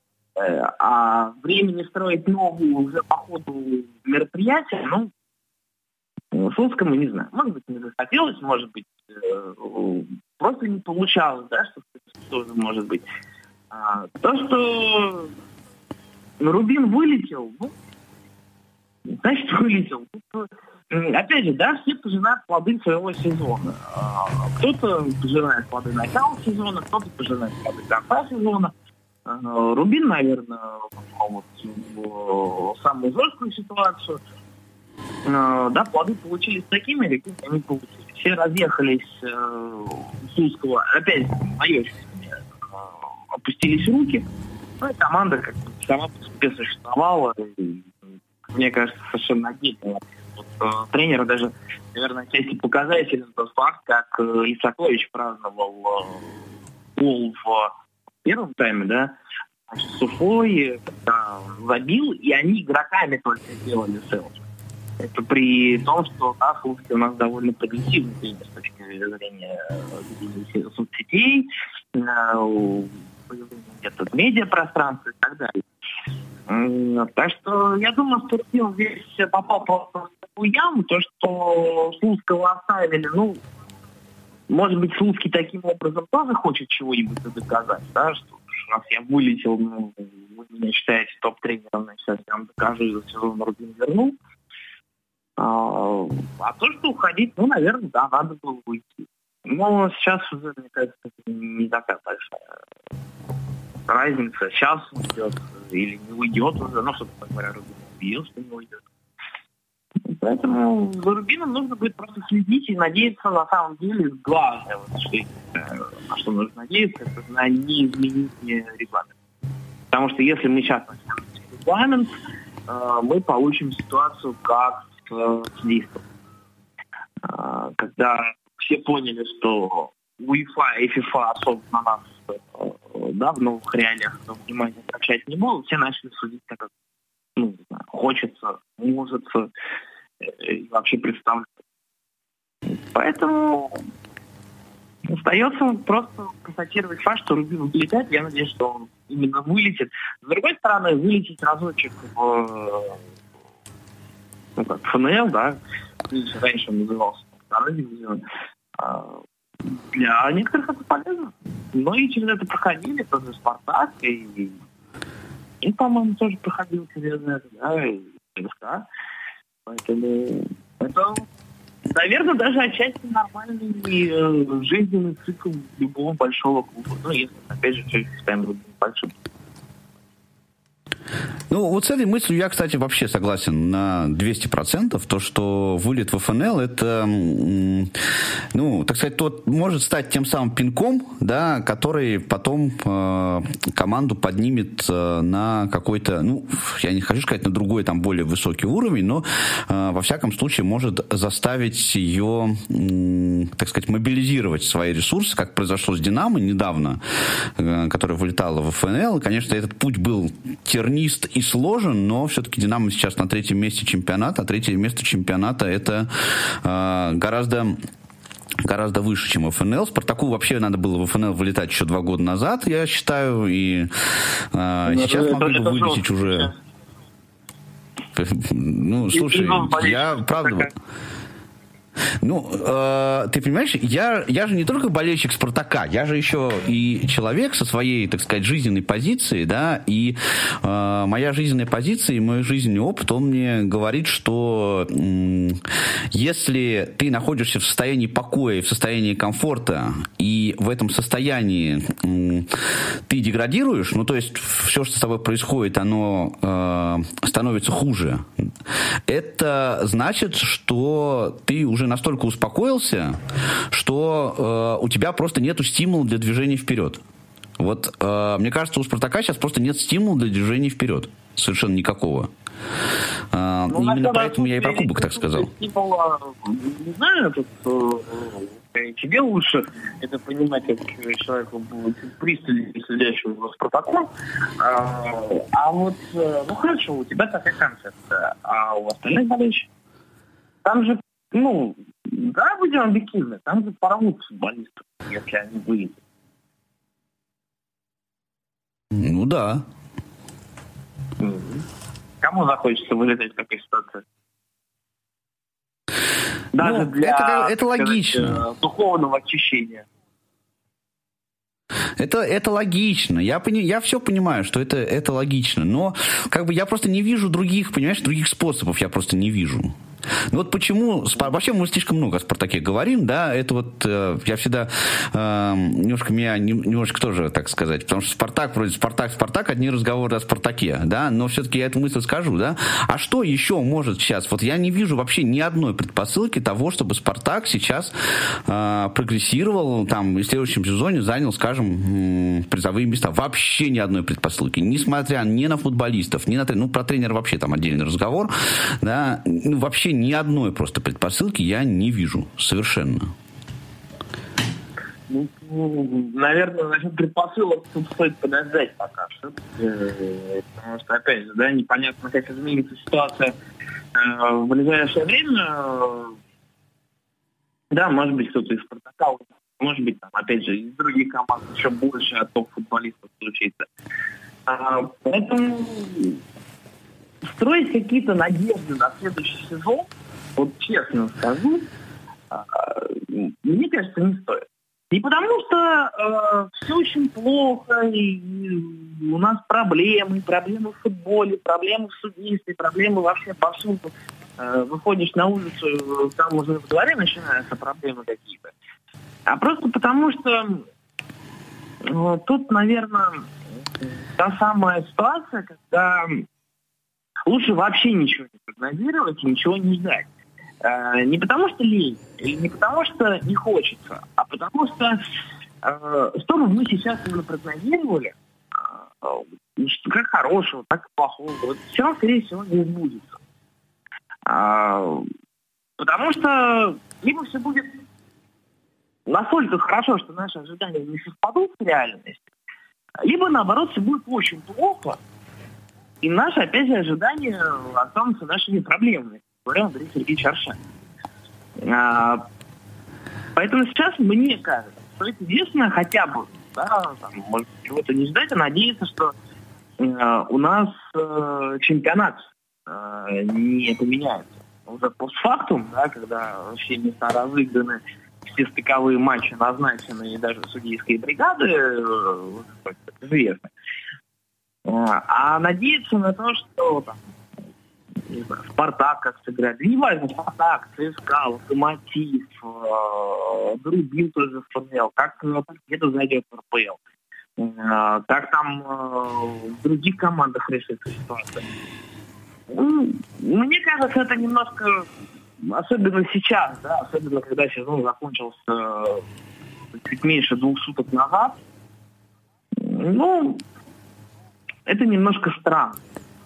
а времени строить новую уже по ходу мероприятия, ну, Слуцкому не знаю. Может быть, не захотелось, может быть, просто не получалось, да, что тоже может быть. А, то, что Рубин вылетел, ну, значит, вылетел. Тут, опять же, да, все пожинают плоды своего сезона. А, кто-то пожинает плоды начала сезона, кто-то пожинает плоды конца сезона. А, Рубин, наверное, вот, в самую жесткую ситуацию. А, да, плоды получились такими, какими они получились. Все разъехались э, Слуцкого, опять, мое ощущение, опустились руки. Ну и команда как бы сама по себе существовала. И, мне кажется, совершенно отдельно. Вот, э, тренера даже, наверное, отчасти показателен тот факт, как э, Исакович праздновал э, гол в первом тайме, да, значит, с Уфой, когда он забил, и они игроками только сделали селфи. Это при том, что да, Слуцкий у нас довольно прогрессивный тренер с точки зрения соцсетей, появления где-то в медиапространстве и так далее. Так что я думаю, что Рубин здесь попал просто в такую яму, то, что Слуцкого оставили, ну, может быть, Слуцкий таким образом тоже хочет чего-нибудь доказать, да, что у нас я вылетел, ну, вы меня считаете топ-тренером, значит, сейчас я вам докажу, за сезон Рубин вернул. А, а то, что уходить, ну, наверное, да, надо было уйти. Но сейчас уже, мне кажется, не такая большая разница. Сейчас уйдет или не уйдет уже. Ну, собственно говоря, Рубин убил, что не уйдет. Поэтому за Рубином нужно будет просто следить и надеяться, на самом деле, главное, вот, что, на что нужно надеяться, это на неизменение регламента. Потому что если мы сейчас начнем регламент, мы получим ситуацию, как с листом. Когда все поняли, что УЕФА и ФИФА особо на нас, да, в новых реалиях внимания обращать не могут, все начали судить так, как, ну, хочется, может, и вообще представлять. Поэтому остается просто констатировать факт, что Рубин вылетает. Я надеюсь, что он именно вылетит. С другой стороны, вылететь разочек в, ну, как, ФНЛ, да, раньше он назывался второй дивизион, для некоторых это полезно. Но и через это проходили, тоже Спартак, и, и по-моему, тоже проходил через это, да, и ЦСКА. Поэтому это, наверное, даже отчасти нормальный э, жизненный цикл любого большого клуба. Ну, если, опять же, все считаем большим. Ну, вот с этой мыслью я, кстати, вообще согласен на двести процентов. То, что вылет в ФНЛ, это, ну, так сказать, тот может стать тем самым пинком, да, который потом э, команду поднимет э, на какой-то, ну, я не хочу сказать на другой, там, более высокий уровень, но, э, во всяком случае, может заставить ее, э, так сказать, мобилизировать свои ресурсы, как произошло с «Динамо» недавно, э, которая вылетала в ФНЛ. И, конечно, этот путь был тернист и сложен, но все-таки «Динамо» сейчас на третьем месте чемпионата, а третье место чемпионата это э, гораздо гораздо выше, чем ФНЛ. Спартаку вообще надо было в ФНЛ вылетать еще два года назад, я считаю, и э, сейчас могли бы вылететь уже. Ну, слушай, я правда... Ну, э, ты понимаешь, я, я же не только болельщик «Спартака», я же еще и человек со своей, так сказать, жизненной позицией, да, и э, моя жизненная позиция и мой жизненный опыт, он мне говорит, что э, если ты находишься в состоянии покоя, в состоянии комфорта, и в этом состоянии э, ты деградируешь, ну, то есть все, что с тобой происходит, оно э, становится хуже, это значит, что ты уже настолько успокоился, что э, у тебя просто нету стимула для движения вперед. Вот, э, мне кажется, у «Спартака» сейчас просто нет стимула для движения вперед. Совершенно никакого. Э, ну, именно поэтому я и про кубок так сказал. Стимула, не знаю, тут э, тебе лучше это понимать, как человеку пристально следящему за «Спартаком». А, а вот, ну хорошо, у тебя такая концепция, а у остальных болельщиков? там же, ну, да, будем объективны, там же порвут футболистов, если они выйдут. Ну да. Кому захочется вылетать в такой ситуации? Даже ну, для это, это логично. Сказать, духовного очищения. Это, это логично. Я, пони, я все понимаю, что это, это логично. Но как бы я просто не вижу других, понимаешь, других способов я просто не вижу. Ну вот почему... Вообще мы слишком много о «Спартаке» говорим, да, это вот э, я всегда э, немножко меня, немножко тоже, так сказать, потому что «Спартак», вроде «Спартак», «Спартак», одни разговоры о «Спартаке», да, но все-таки я эту мысль скажу, да. А что еще может сейчас? Вот я не вижу вообще ни одной предпосылки того, чтобы «Спартак» сейчас э, прогрессировал, там, и в следующем сезоне занял, скажем, м- призовые места. Вообще ни одной предпосылки. Несмотря ни на футболистов, ни на тренера, ну, про тренера вообще там отдельный разговор, да, ну, вообще ни одной просто предпосылки я не вижу совершенно. Ну, наверное, насчет предпосылок тут стоит подождать пока что. Потому что, опять же, да, непонятно, как изменится ситуация в ближайшее время. Да, может быть, кто-то из «Спартака», может быть, там, опять же, из других команд еще больше отток футболистов случится. Поэтому строить какие-то надежды на следующий сезон, вот честно скажу, мне кажется, не стоит. Не потому что э, все очень плохо, и, и у нас проблемы, проблемы в футболе, проблемы в судействе, проблемы вообще повсюду. Э, выходишь на улицу, там уже в дворе начинаются проблемы какие-то. А просто потому что э, тут, наверное, та самая ситуация, когда лучше вообще ничего не прогнозировать и ничего не ждать. Э, не потому что лень, или не потому что не хочется, а потому что, э, что бы мы сейчас именно прогнозировали, э, как хорошего, так и плохого, вот все равно, скорее всего, не сбудется. Э, потому что либо все будет настолько хорошо, что наши ожидания не совпадут с реальностью, либо, наоборот, все будет очень плохо, и наши, опять же, ожидания останутся нашими проблемами, говоря Андрей Сергеевич Аршавин. А, поэтому сейчас, мне кажется, что это единственное хотя бы, да, там, может, чего-то не ждать, а надеяться, что э, у нас э, чемпионат э, не поменяется. Уже постфактум, да, когда все места разыграны, все стыковые матчи назначены, и даже судейские бригады э, известны. А надеяться на то, что там, не знаю, «Спартак» как сыграет. Не важно, «Спартак», ЦСКА, «Локомотив», э, «Рубин» тоже в ФНЛ, как это зайдет в РПЛ, э, как там э, в других командах решится ситуация. Ну, мне кажется, это немножко, особенно сейчас, да, особенно когда сезон закончился э, чуть меньше двух суток назад, ну, это немножко странно.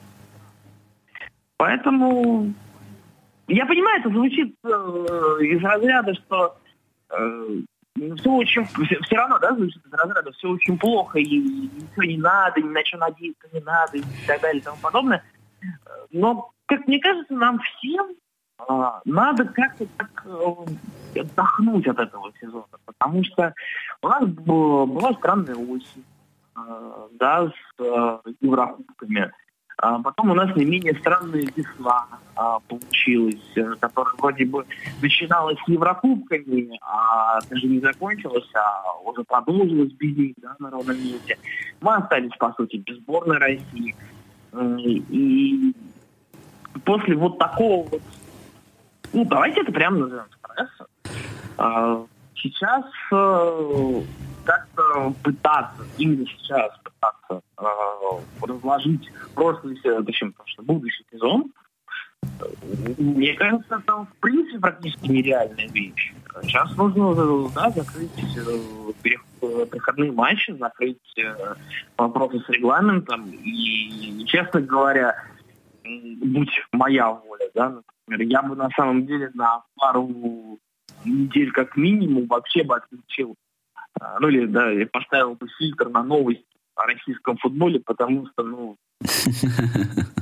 Поэтому я понимаю, это звучит э, из разряда, что э, все очень, все, все равно, да, звучит из разряда, все очень плохо, и, и ничего не надо, ни на что надеяться не надо, и так далее, и тому подобное. Но, как мне кажется, нам всем э, надо как-то так э, отдохнуть от этого сезона, потому что у нас б- была странная осень, э, да, с э, Еврокубками. А потом у нас не менее странная весна а, получилась, которая вроде бы начиналась с Еврокубками, а даже не закончилась, а уже продолжилась без них, да, на ровном месте. Мы остались, по сути, без сборной России. И, и после вот такого вот, ну, давайте это прямо назовем стрессом, а, сейчас а, как-то пытаться, именно сейчас пытаться э, разложить прошлый, точнее, будущий сезон, мне кажется, это в принципе практически нереальная вещь. Сейчас нужно, да, закрыть э, переходные матчи, закрыть э, вопросы с регламентом и, честно говоря, будь моя воля, да, например, я бы на самом деле на пару недель как минимум вообще бы отключил, ну или, да, я поставил бы фильтр на новости о российском футболе, потому что, ну,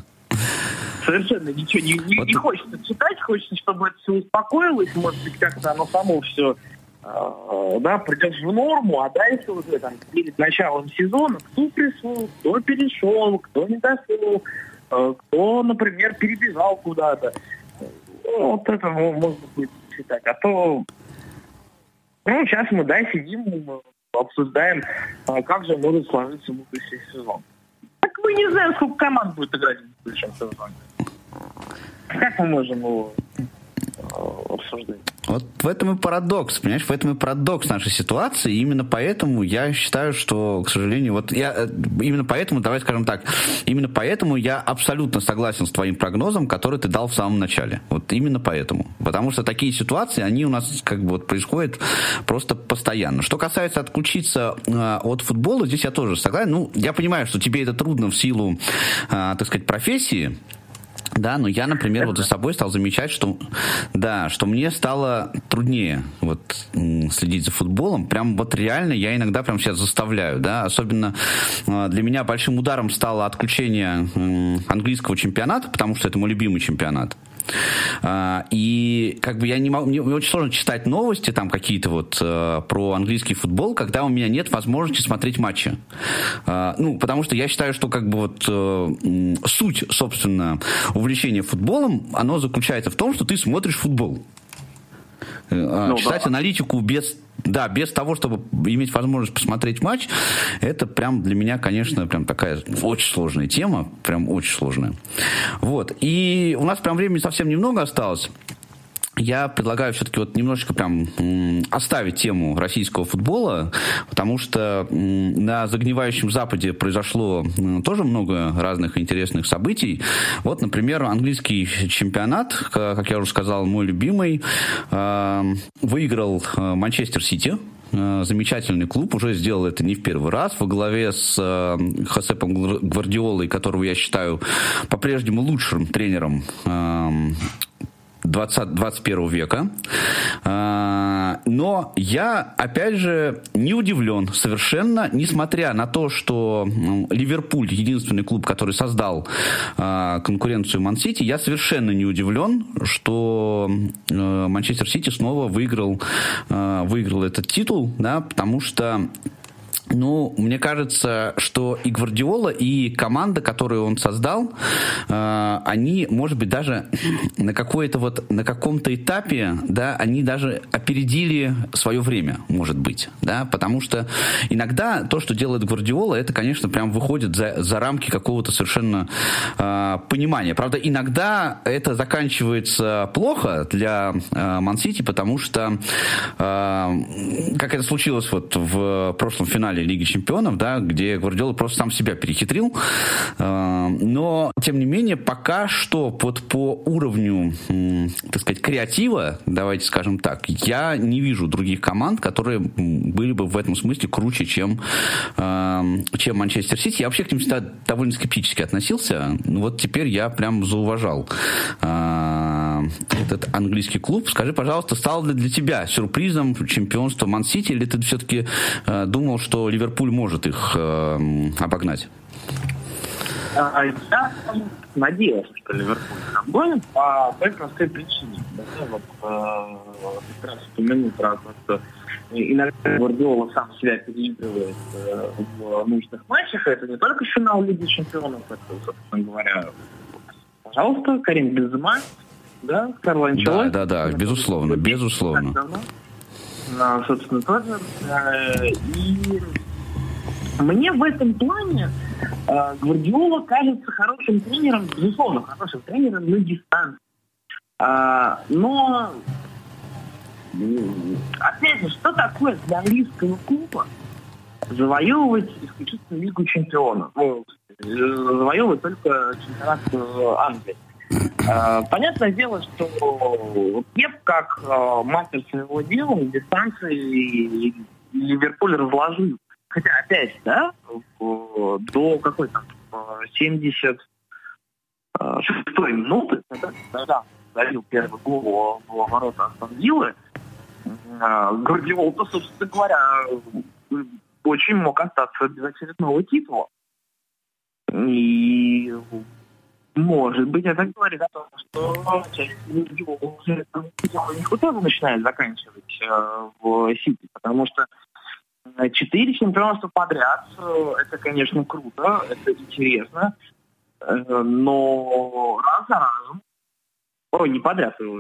Совершенно ничего не, не, вот не хочется читать, хочется, чтобы это все успокоилось, может быть, как-то оно само все э, да, придет в норму, а дальше уже там перед началом сезона кто пришел, кто перешел, кто не дошел, э, кто, например, перебежал куда-то. Ну, вот это можно будет читать. А то ну, сейчас мы, да, сидим, обсуждаем, как же может сложиться будущий сезон. Так мы не знаем, сколько команд будет играть в будущем сезоне. Как мы можем его обсуждать? Вот в этом и парадокс, понимаешь, в этом и парадокс нашей ситуации, и именно поэтому я считаю, что, к сожалению, вот я, именно поэтому, давай скажем так, именно поэтому я абсолютно согласен с твоим прогнозом, который ты дал в самом начале, вот именно поэтому, потому что такие ситуации, они у нас как бы вот происходят просто постоянно. Что касается отключиться э, от футбола, здесь я тоже согласен, ну, я понимаю, что тебе это трудно в силу, э, так сказать, профессии. Да, но я, например, вот за собой стал замечать, что, да, что мне стало труднее вот следить за футболом. Прям вот реально я иногда прям сейчас заставляю, да. Особенно для меня большим ударом стало отключение английского чемпионата, потому что это мой любимый чемпионат. И как бы я не могу, мне очень сложно читать новости там какие-то вот про английский футбол, когда у меня нет возможности смотреть матчи. Ну, потому что я считаю, что как бы вот суть, собственно, увлечения футболом, оно заключается в том, что ты смотришь футбол. Ну, читать да. аналитику без, да, без того, чтобы иметь возможность посмотреть матч, это прям для меня, конечно, прям такая очень сложная тема, прям очень сложная. Вот. И у нас прям времени совсем немного осталось. Я предлагаю все-таки вот немножечко прям м, оставить тему российского футбола, потому что м, на загнивающем Западе произошло м, тоже много разных интересных событий. Вот, например, английский чемпионат, как я уже сказал, мой любимый, э, выиграл Манчестер Сити. Замечательный клуб, уже сделал это не в первый раз, во главе с э, Хосепом Гвардиолой, которого я считаю по-прежнему лучшим тренером э, двадцать первого века. Но я, опять же, не удивлен совершенно, несмотря на то, что Ливерпуль единственный клуб, который создал конкуренцию Ман-Сити, я совершенно не удивлен, что Манчестер Сити снова выиграл, выиграл этот титул, да, потому что ну, мне кажется, что и Гвардиола, и команда, которую он создал, э, они, может быть, даже на какой-то вот, на каком-то этапе, да, они даже опередили свое время, может быть, да, потому что иногда то, что делает Гвардиола, это, конечно, прям выходит за, за рамки какого-то совершенно э, понимания. Правда, иногда это заканчивается плохо для э, Ман-Сити, потому что, э, как это случилось вот в прошлом финале Лиги Чемпионов, да, где Гвардиола просто сам себя перехитрил. Но, тем не менее, пока что вот по уровню, так сказать, креатива, давайте скажем так, я не вижу других команд, которые были бы в этом смысле круче, чем, чем Манчестер Сити. Я вообще к ним всегда довольно скептически относился. Но вот теперь я прям зауважал этот английский клуб. Скажи, пожалуйста, стало ли для тебя сюрпризом чемпионство Ман-Сити, или ты все-таки думал, что Ливерпуль может их э, обогнать? Я надеялся, что Ливерпуль их обгонит по той простой причине. Да, вот, э, как раз упомянул про то, что иногда Гвардиола сам себя переигрывает э, в нужных матчах. Это не только финал Лиги Чемпионов, это, собственно говоря, пожалуйста, Карим Бензема, да, Карло Анчелотти. Да, да, да, безусловно, безусловно. А, собственно, тоже. И мне в этом плане Гвардиола кажется хорошим тренером, безусловно, хорошим тренером на дистанции. Но, опять же, что такое для английского клуба завоевывать исключительно Лигу Чемпионов? Ну, завоевывать только чемпионат Англии. Понятное дело, что Пеп, как мастер своего дела, в дистанции Ливерпуль разложил. Хотя, опять, да, до какой-то семьдесят шестой минуты, когда забил первый гол в ворота Астон Виллы, Гвардиола, собственно говоря, очень мог остаться без очередного титула. И Может быть, это говорит о том, что часть Гвардиолы уже потихоньку тоже начинает заканчивать э, в Сити, потому что четыре чемпионства подряд, э, это, конечно, круто, это интересно, э, но раз за разом, ой, не подряд, его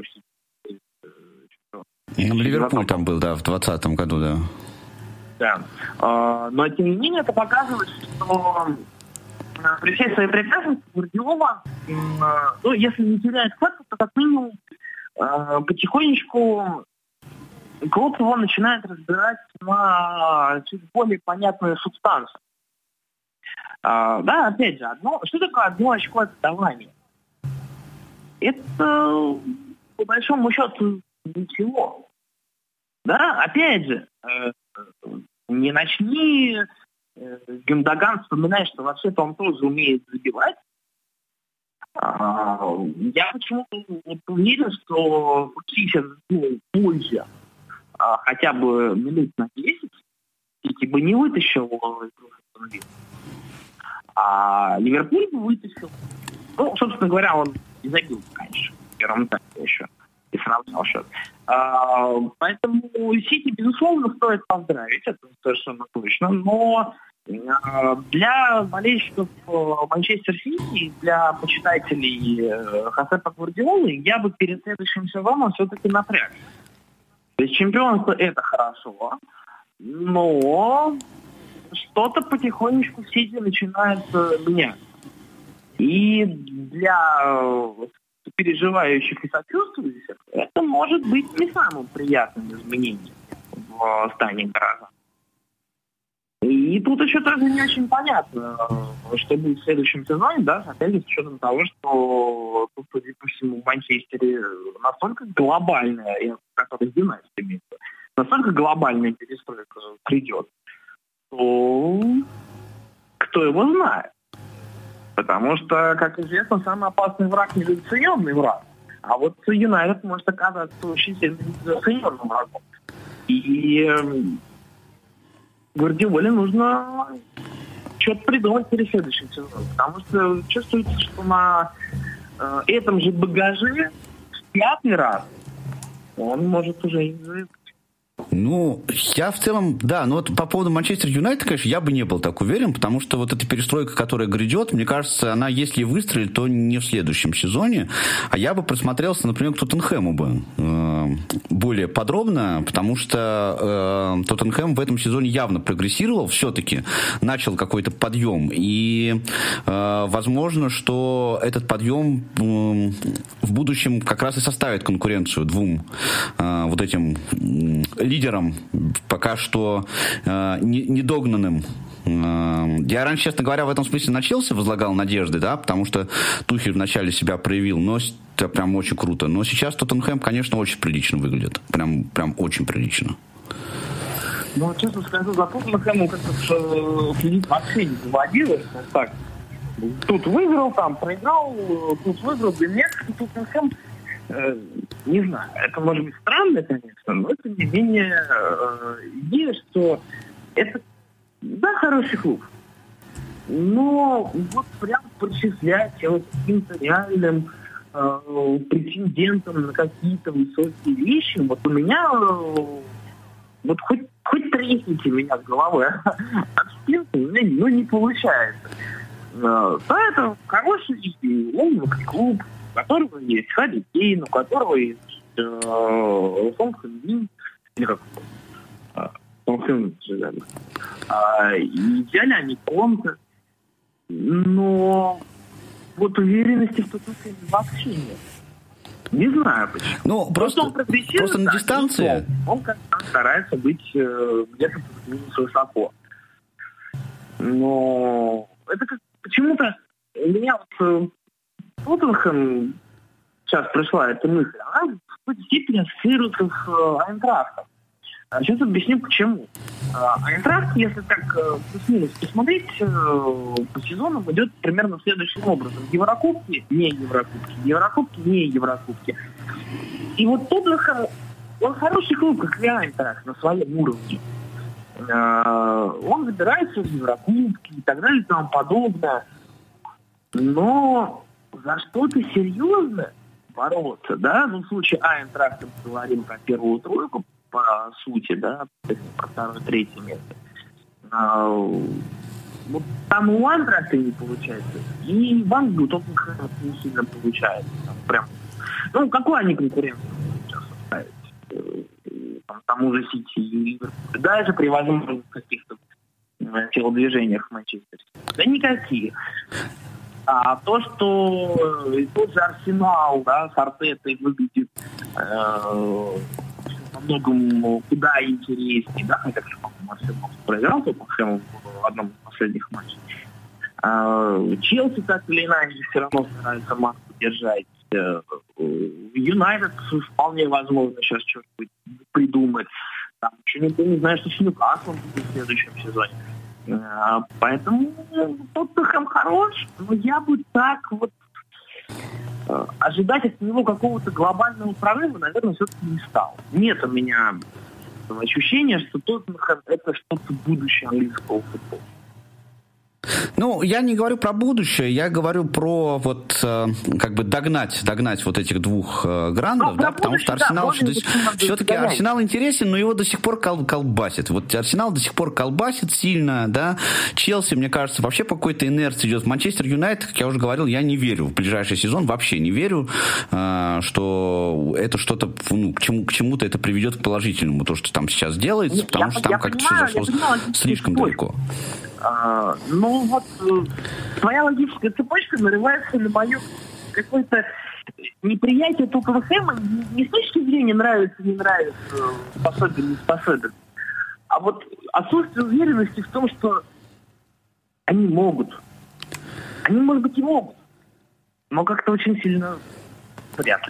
Ливерпуль там был, да, в двадцатом году, да. Да. Э, но, тем не менее, это показывает, что при всей своей прекрасности Гвардиола, э, ну, если не теряет хватку, то как минимум э, потихонечку клуб его начинает разбирать на чуть более понятную субстанцию. Э, да, опять же, одно, что такое одно очко отставания? Это, по большому счету, ничего. Да, опять же, э, не начни э, Гюндоган вспоминать, что вообще-то он тоже умеет забивать. А, я почему-то не уверен, что сейчас ну, позже, а, хотя бы минут на десять, Сити бы не вытащил игру. А Ливерпуль бы вытащил. Ну, собственно говоря, он и забил, конечно, в первом тайме еще. И сравнял счет. А, поэтому Сити, безусловно, стоит поздравить, это совершенно точно. Но а, для болельщиков Манчестер Сити, для почитателей Хосепа Гвардиолы, я бы перед следующим сезоном все-таки напрягся. То есть чемпионство — это хорошо, но что-то потихонечку в Сити начинает меняться. И для переживающих и сочувствующих, это может быть не самым приятным изменением в стане города. И тут еще тоже не очень понятно, что будет в следующем сезоне, да, опять же, с учетом того, что тут, судя по всему, в Манчестере настолько глобальная, я который с династиями, настолько глобальная перестройка придет, то кто его знает. Потому что, как известно, самый опасный враг — недооцененный враг. А вот Юнайтед может оказаться очень сильно недооцененным врагом. И э, Гвардиоле нужно что-то придумать перед следующим сезоном. Потому что чувствуется, что на э, этом же багаже в пятый раз он может уже и заявить. Ну, я в целом, да, но вот по поводу Манчестер Юнайтед, конечно, я бы не был так уверен, потому что вот эта перестройка, которая грядет, мне кажется, она, если выстрелит, то не в следующем сезоне, а я бы присмотрелся, например, к Тоттенхэму бы э, более подробно, потому что э, Тоттенхэм в этом сезоне явно прогрессировал, все-таки начал какой-то подъем, и э, возможно, что этот подъем э, в будущем как раз и составит конкуренцию двум э, вот этим э, лидером, пока что э, недогнанным. Э, я раньше, честно говоря, в этом смысле на Челси возлагал надежды, да, потому что Тухель вначале себя проявил, но это прям очень круто. Но сейчас Тоттенхэм, конечно, очень прилично выглядит. Прям, прям очень прилично. Ну, честно скажу, за Тоттенхэмом как-то следить вообще не доводилось. Так, тут выиграл, там проиграл, тут выиграл. Для меня Тоттенхэм, э, не знаю, это может быть странно, конечно, но тем не менее э, идея, что это, да, хороший клуб, но вот прям причислять его к каким-то реальным э, претендентам на какие-то высокие вещи, вот у меня э, вот хоть, хоть тресните меня с головой от спинки, ну, не получается. Э, поэтому хороший и умный клуб, у которого есть Харри Кейн, у которого есть э, Сон Хэн Мин, или как Сон Хэн Мин, и идеально Конте, но вот уверенности в Тоттенхэме вообще нет. Не знаю почему. Ну, просто, просто на дистанции. Он, он как-то старается быть э, где-то высоко. Но это как почему-то у меня вот Тоттенхэм, сейчас пришла эта мысль, она в какой-то степени ассоциируется с э, Айнтрахтом. А сейчас объясню почему. А, Айнтрахт, если так э, плюс-минус посмотреть, э, по сезонам идет примерно следующим образом. Еврокубки, не Еврокубки, Еврокубки, не Еврокубки. И вот Тоттенхэм, он хороший клуб, как и Айнтрахт, на своем уровне. Э, он забирается в Еврокубки и так далее и тому подобное. Но за что-то серьезное бороться, да, ну, в случае Айнтрахта мы говорим про первую тройку, по сути, да, про второе, третье место. А, вот там у Айнтрахта не получается, и в Англию Тоттенхэм не сильно получается. Там прям, ну, какую они конкуренцию сейчас оставить? Там, тому же Сити и Ливерпуль. Даже при возможных каких-то телодвижениях в Манчестере. Да никаких. А то, что и тот же Арсенал, да, с Артетой выглядит э, во многом куда интереснее, да, хотя, по-моему, Арсенал проиграл Тоттенхэму в одном из последних матчей. А, Челси так или иначе все равно старается марку держать. Юнайтед вполне возможно сейчас что-нибудь придумать. Там еще никто не знает, что с Ньюкаслом будет в следующем сезоне. Поэтому Тоттенхэм хорош, но я бы так вот ожидать от него какого-то глобального прорыва, наверное, все-таки не стал. Нет у меня ощущения, что Тоттенхэм это что-то будущее английского футбола. Ну, я не говорю про будущее, я говорю про вот э, как бы догнать, догнать вот этих двух э, грандов, ну, да, потому что Арсенал да, до... все-таки Арсенал интересен, но его до сих пор кол- колбасит. Вот Арсенал до сих пор колбасит сильно, да. Челси, мне кажется, вообще по какой-то инерции идет. Манчестер Юнайтед, как я уже говорил, я не верю в ближайший сезон, вообще не верю, э, что это что-то, ну, к чему, к чему-то это приведет к положительному, то, что там сейчас делается, потому я, что там как-то понимаю, все зашло слишком далеко. А, ну вот твоя логическая цепочка нарывается на мое какое-то неприятие Тоттенхэма не, не с точки зрения нравится, не нравится, способен, не способен, а вот отсутствие уверенности в том, что они могут. Они, может быть, и могут, но как-то очень сильно вряд ли.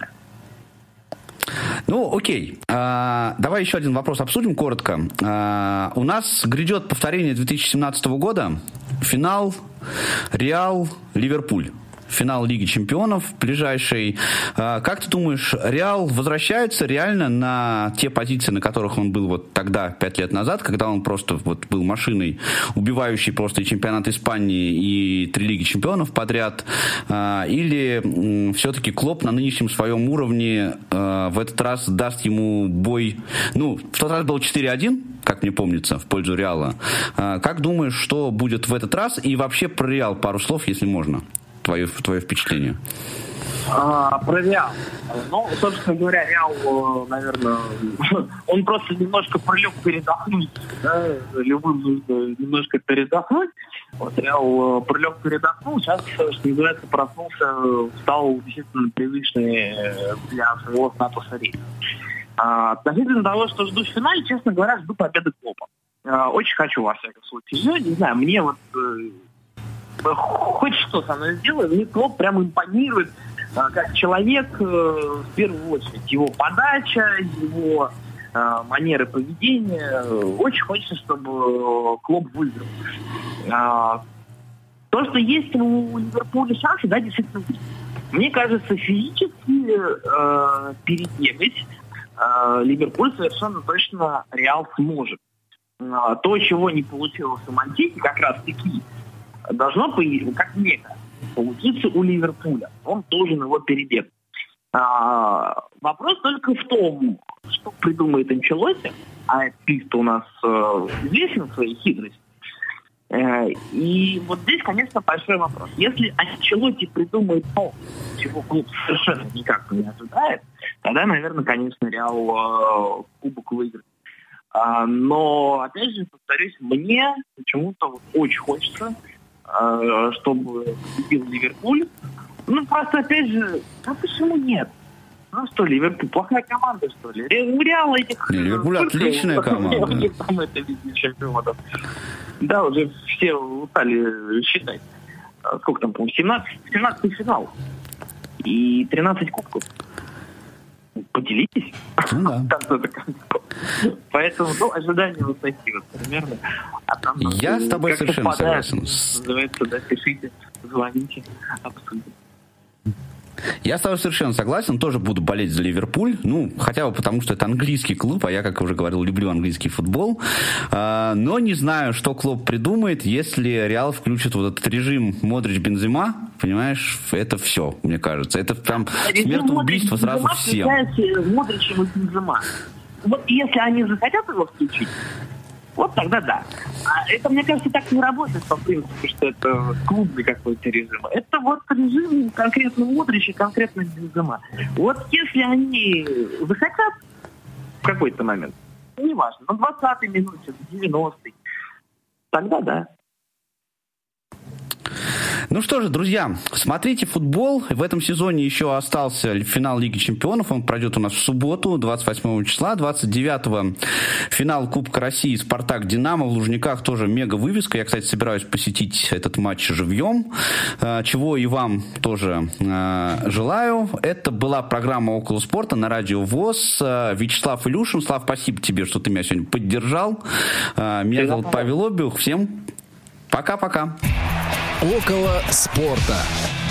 Ну, окей. А, давай еще один вопрос обсудим коротко. А, у нас грядет повторение две тысячи семнадцатого года. Финал Реал-Ливерпуль. Финал Лиги Чемпионов ближайший. А, как ты думаешь, Реал возвращается реально на те позиции, на которых он был вот тогда, пять лет назад, когда он просто вот был машиной, убивающей просто и чемпионат Испании, и три Лиги Чемпионов подряд? А, или м, все-таки Клопп на нынешнем своем уровне а, в этот раз даст ему бой? Ну, в тот раз был четыре один, как мне помнится, в пользу Реала. А, как думаешь, что будет в этот раз? И вообще про Реал пару слов, если можно. Твое, твое впечатление? А, про Реал. Ну, собственно говоря, Реал, наверное, он просто немножко пролег передохнуть. Да? Любым нужно немножко передохнуть. Вот Реал пролег передохнул, сейчас, что называется, проснулся, стал действительно привычный для своего статуса рейса. А, относительно того, что жду в финале, честно говоря, жду победы Клоппа. А, очень хочу, во всяком случае. Я не знаю, мне вот хоть что со мной сделает, мне Клопп прям импонирует а, как человек, э, в первую очередь. Его подача, его э, манеры поведения. Очень хочется, чтобы Клопп выиграл. А, то, что есть у Ливерпуля шансы, да, действительно. Мне кажется, физически э, перебегать э, Ливерпуль совершенно точно Реал сможет. А, то, чего не получилось у Мантики, как раз таки должно, как мне кажется, получиться у Ливерпуля. Он должен его перебегать. А, вопрос только в том, что придумает Анчелотти, а это у нас э, известен своей хитростью. Э, и вот здесь, конечно, большой вопрос. Если Анчелотти придумает то, чего клуб совершенно никак не ожидает, тогда, наверное, конечно, Реал э, кубок выиграет. А, но, опять же, повторюсь, мне почему-то вот очень хочется, чтобы победил Ливерпуль. Ну, просто, опять же, ну почему нет? Ну что, Ливерпуль плохая команда, что ли? У Реала этих... Не, Ливерпуль отличная команда. У них там это Лига Чемпионов. Да, уже все устали считать. Сколько там, по-моему, семнадцать, семнадцатый финал. И тринадцать кубков. Поделитесь. Ну, да. Поэтому, ну, ожидания вот такие вот примерно. А там, я с тобой совершенно согласен. Называется, да, пишите, звоните, обсудим. Я с тобой совершенно согласен, тоже буду болеть за Ливерпуль, ну, хотя бы потому, что это английский клуб, а я, как уже говорил, люблю английский футбол, но не знаю, что Клоп придумает, если Реал включит вот этот режим Модрич-Бензема, понимаешь, это все, мне кажется, это прям смертоубийство сразу всем. Модричем и Бензема. Вот если они захотят его включить, вот тогда да. А это, мне кажется, так не работает по принципу, что это клубный какой-то режим. Это вот режим конкретно Модрича, конкретно Бензема. Вот если они захотят в какой-то момент, неважно, на двадцатой минуте, в девяностой, тогда да. Ну что же, друзья, смотрите футбол. В этом сезоне еще остался финал Лиги Чемпионов. Он пройдет у нас в субботу, двадцать восьмого числа. двадцать девятого финал Кубка России «Спартак-Динамо». В Лужниках тоже мега-вывеска. Я, кстати, собираюсь посетить этот матч живьем, чего и вам тоже желаю. Это была программа «Около спорта» на радио ВОС. Вячеслав Илюшин. Слав, спасибо тебе, что ты меня сегодня поддержал. Меня зовут Павел Обиух. Всем пока-пока. Около спорта.